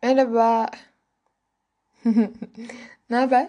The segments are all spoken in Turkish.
Merhaba. Ne haber?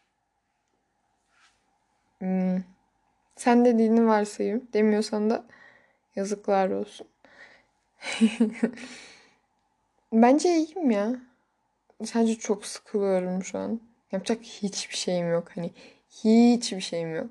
Hmm, Sen dediğini varsayayım. Demiyorsan da yazıklar olsun. Bence iyiyim ya. Sadece çok sıkılıyorum şu an. Yapacak hiçbir şeyim yok. Hani hiçbir şeyim yok.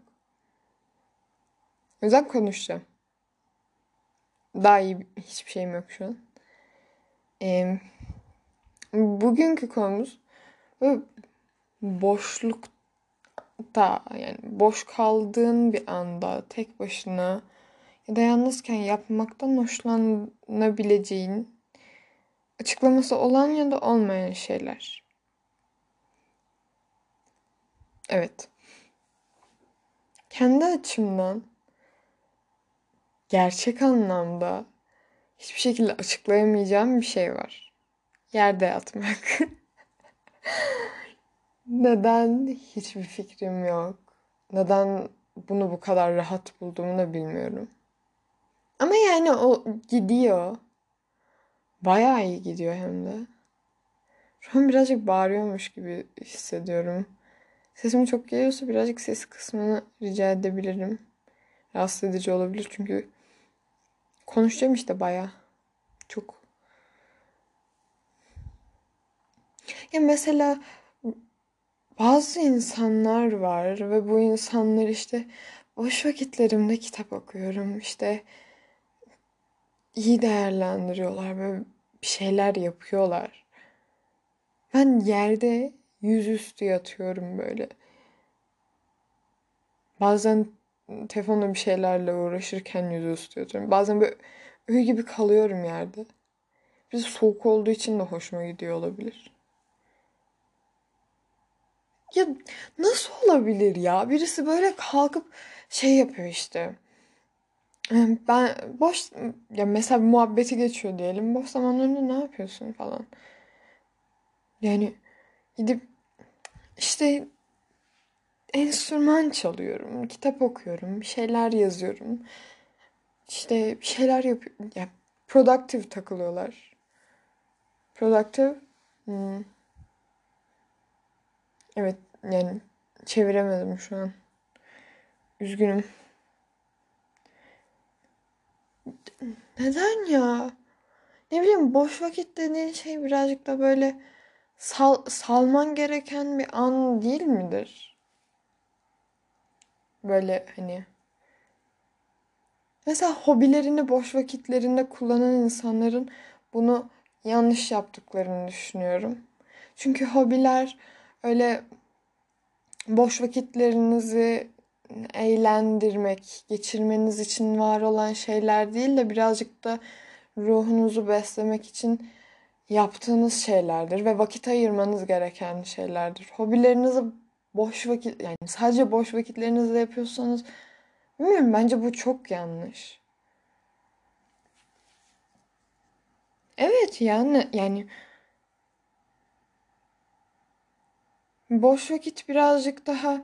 O yüzden konuşacağım. Daha iyi hiçbir şeyim yok şu an. Ee, Bugünkü konumuz böyle boşlukta, yani boş kaldığın bir anda tek başına ya da yalnızken yapmaktan hoşlanabileceğin, açıklaması olan ya da olmayan şeyler. Evet. Kendi açımdan gerçek anlamda hiçbir şekilde açıklayamayacağım bir şey var. Yerde yatmak. Neden? Hiçbir fikrim yok. Neden bunu bu kadar rahat bulduğumu da bilmiyorum. Ama yani o gidiyor. Bayağı iyi gidiyor hem de. Şu an birazcık bağırıyormuş gibi hissediyorum. Sesim çok geliyorsa birazcık ses kısmını rica edebilirim. Rahatsız edici olabilir çünkü konuşacağım işte bayağı. Çok. Ya mesela bazı insanlar var ve bu insanlar işte boş vakitlerimde kitap okuyorum. İşte iyi değerlendiriyorlar ve bir şeyler yapıyorlar. Ben yerde yüzüstü yatıyorum böyle. Bazen telefonla bir şeylerle uğraşırken yüzüstü yatıyorum. Bazen böyle ölü gibi kalıyorum yerde. Bir de soğuk olduğu için de hoşuma gidiyor olabilir. Ya nasıl olabilir ya? Birisi böyle kalkıp şey yapıyor işte. Ben boş ya mesela bir muhabbeti geçiyor diyelim. Boş zamanlarında ne yapıyorsun falan. Yani gidip işte enstrüman çalıyorum, kitap okuyorum, bir şeyler yazıyorum. İşte bir şeyler yapıyorum. Ya productive takılıyorlar. Productive. Hmm, evet yani çeviremedim şu an. Üzgünüm. Neden ya? Ne bileyim boş vakit dediğin şey birazcık da böyle salman gereken bir an değil midir? Böyle hani. Mesela hobilerini boş vakitlerinde kullanan insanların bunu yanlış yaptıklarını düşünüyorum. Çünkü hobiler öyle boş vakitlerinizi eğlendirmek, geçirmeniz için var olan şeyler değil de birazcık da ruhunuzu beslemek için yaptığınız şeylerdir ve vakit ayırmanız gereken şeylerdir. Hobilerinizi boş vakit yani sadece boş vakitlerinizde yapıyorsanız bilmiyorum bence bu çok yanlış. Evet yani boş vakit birazcık daha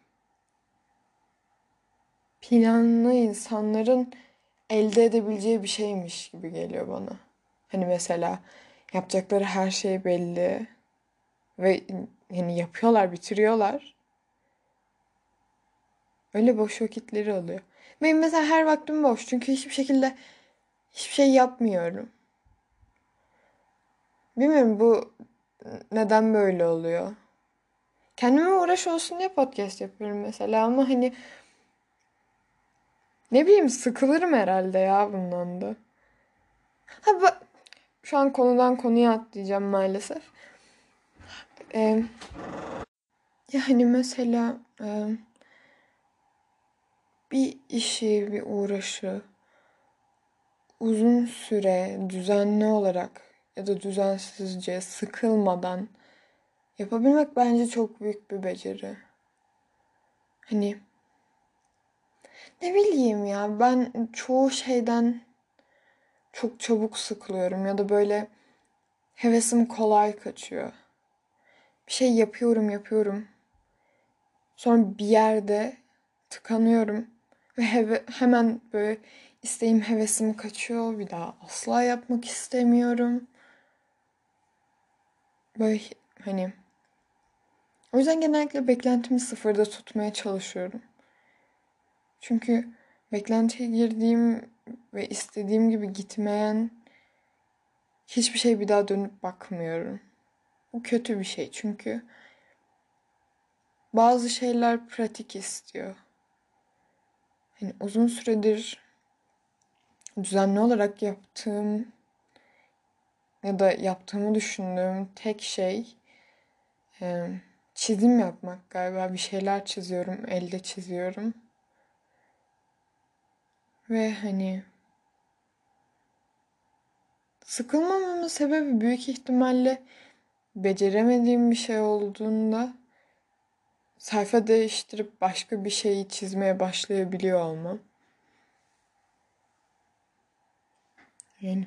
planlı insanların elde edebileceği bir şeymiş gibi geliyor bana. Hani mesela yapacakları her şey belli ve hani yapıyorlar, bitiriyorlar. Öyle boş vakitleri oluyor. Benim mesela her vaktim boş çünkü hiçbir şekilde hiçbir şey yapmıyorum. Bilmiyorum bu neden böyle oluyor. Kendime uğraş olsun diye podcast yapıyorum mesela ama hani ne bileyim sıkılırım herhalde ya bundan da. Ha, şu an konudan konuya atlayacağım maalesef. Ee, Yani mesela bir işi, bir uğraşı uzun süre düzenli olarak ya da düzensizce sıkılmadan yapabilmek bence çok büyük bir beceri. Hani ne bileyim ya ben çoğu şeyden çok çabuk sıkılıyorum ya da böyle hevesim kolay kaçıyor. Bir şey yapıyorum. Sonra bir yerde tıkanıyorum ve hemen böyle isteğim hevesim kaçıyor. Bir daha asla yapmak istemiyorum. böyle hani o yüzden genellikle beklentimi sıfırda tutmaya çalışıyorum. Çünkü beklentiye girdiğim ve istediğim gibi gitmeyen hiçbir şey bir daha dönüp bakmıyorum. Bu kötü bir şey çünkü bazı şeyler pratik istiyor. Hani uzun süredir düzenli olarak yaptığım ya da yaptığımı düşündüğüm tek şey çizim yapmak galiba. Bir şeyler çiziyorum, elde çiziyorum. Ve hani sıkılmamamın sebebi büyük ihtimalle beceremediğim bir şey olduğunda sayfa değiştirip başka bir şeyi çizmeye başlayabiliyor olmam. Yani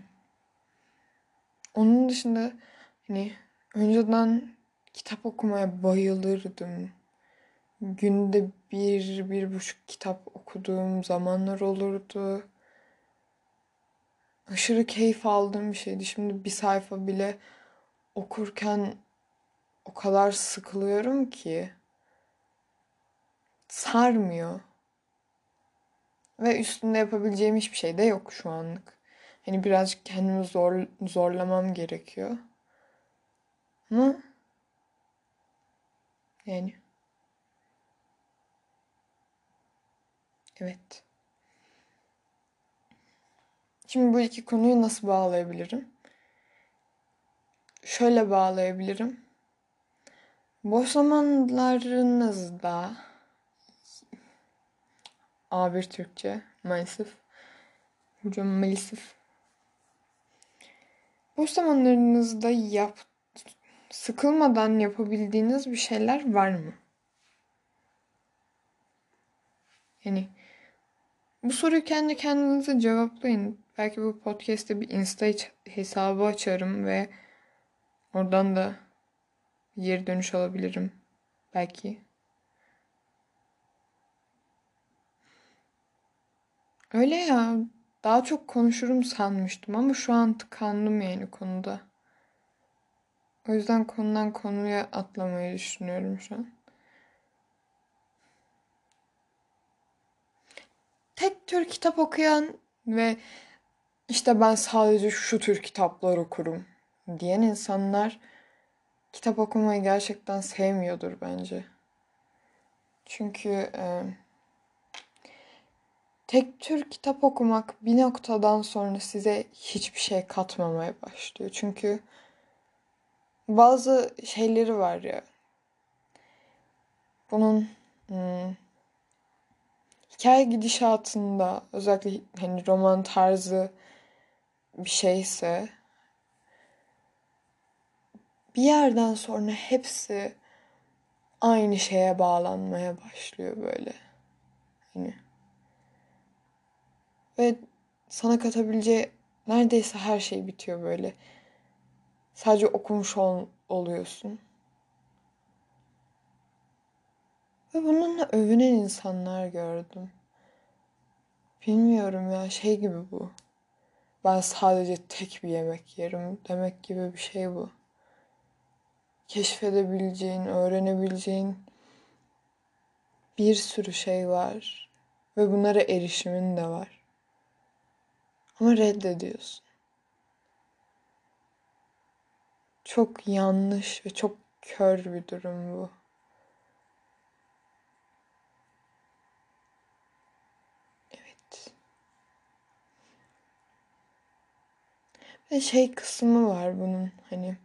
onun dışında hani önceden kitap okumaya bayılırdım. Günde 1,5 kitap okuduğum zamanlar olurdu. Aşırı keyif aldığım bir şeydi. Şimdi bir sayfa bile okurken o kadar sıkılıyorum ki sarmıyor. Ve üstünde yapabileceğim hiçbir şey de yok şu anlık. Hani birazcık kendimi zorlamam gerekiyor. Ama yani evet. Şimdi bu iki konuyu nasıl bağlayabilirim? Şöyle bağlayabilirim. Boş zamanlarınızda A1 Türkçe maalesef. Hocam maalesef. Boş zamanlarınızda sıkılmadan yapabildiğiniz bir şeyler var mı? Yani bu soruyu kendi kendinize cevaplayın. Belki bu podcast'te bir Insta hesabı açarım ve oradan da geri dönüş alabilirim. Belki. Öyle ya. Daha çok konuşurum sanmıştım ama şu an tıkandım yani konuda. O yüzden konudan konuya atlamayı düşünüyorum şu an. Tek tür kitap okuyan ve işte ben sadece şu tür kitaplar okurum diyen insanlar kitap okumayı gerçekten sevmiyordur bence. Çünkü tek tür kitap okumak bir noktadan sonra size hiçbir şey katmamaya başlıyor. Çünkü bazı şeyleri var ya. Bunun hikaye gidişatında özellikle hani roman tarzı bir şeyse bir yerden sonra hepsi aynı şeye bağlanmaya başlıyor böyle. Hani ve sana katabileceği neredeyse her şey bitiyor böyle. Sadece okumuş oluyorsun. Ve bununla övünen insanlar gördüm. Bilmiyorum ya şey gibi bu. Ben sadece tek bir yemek yerim demek gibi bir şey bu. Keşfedebileceğin, öğrenebileceğin bir sürü şey var. Ve bunlara erişimin de var. Ama reddediyorsun. Çok yanlış ve çok kör bir durum bu. Evet. Ve şey kısmı var bunun hani.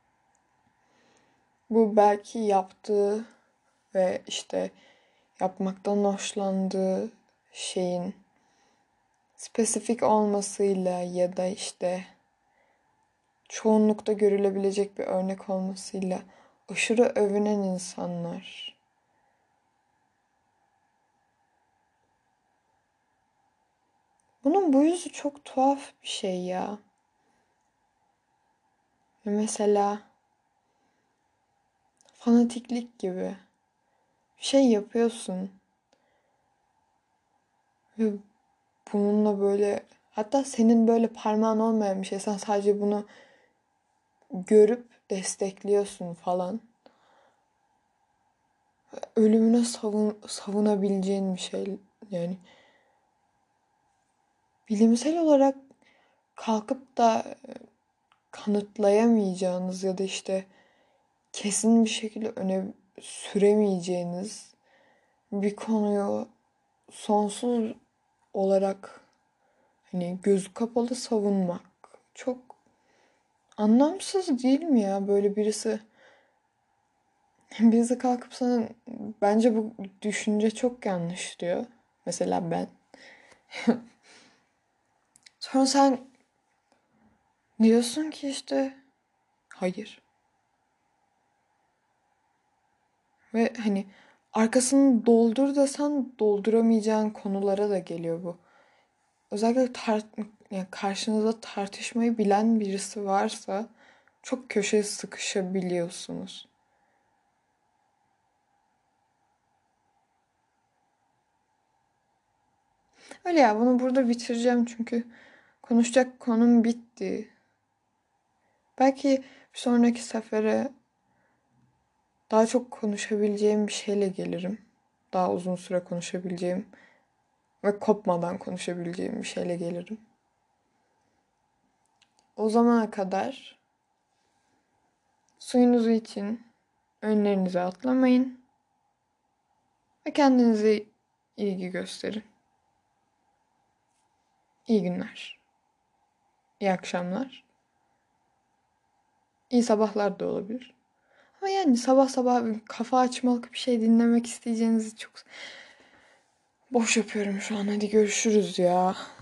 Bu belki yaptığı ve işte yapmaktan hoşlandığı şeyin spesifik olmasıyla ya da işte çoğunlukta görülebilecek bir örnek olmasıyla aşırı övünen insanlar. Bunun bu yüzü çok tuhaf bir şey ya. Mesela fanatiklik gibi. Bir şey yapıyorsun ve bununla hatta senin böyle parmağın olmayan bir şey. Sen sadece bunu görüp destekliyorsun falan. Ölümüne savunabileceğin bir şey. Yani bilimsel olarak kalkıp da kanıtlayamayacağınız ya da işte kesin bir şekilde öne süremeyeceğiniz bir konuyu sonsuz olarak hani gözü kapalı savunmak çok anlamsız değil mi ya? Böyle birisi kalkıp sana bence bu düşünce çok yanlış diyor. Mesela ben. Sonra sen diyorsun ki işte hayır. Ve hani arkasını doldur desen dolduramayacağın konulara da geliyor bu. Özellikle yani karşınızda tartışmayı bilen birisi varsa çok köşeye sıkışabiliyorsunuz. Öyle ya, bunu burada bitireceğim çünkü konuşacak konum bitti. Belki bir sonraki sefere daha çok konuşabileceğim bir şeyle gelirim. Daha uzun süre konuşabileceğim ve kopmadan konuşabileceğim bir şeyle gelirim. O zamana kadar suyunuzu için önlerinize atlamayın ve kendinize ilgi gösterin. İyi günler, iyi akşamlar, iyi sabahlar da olabilir. Ama yani sabah sabah kafa açmalık bir şey dinlemek isteyeceğinizi çok boş yapıyorum şu an. Hadi görüşürüz ya.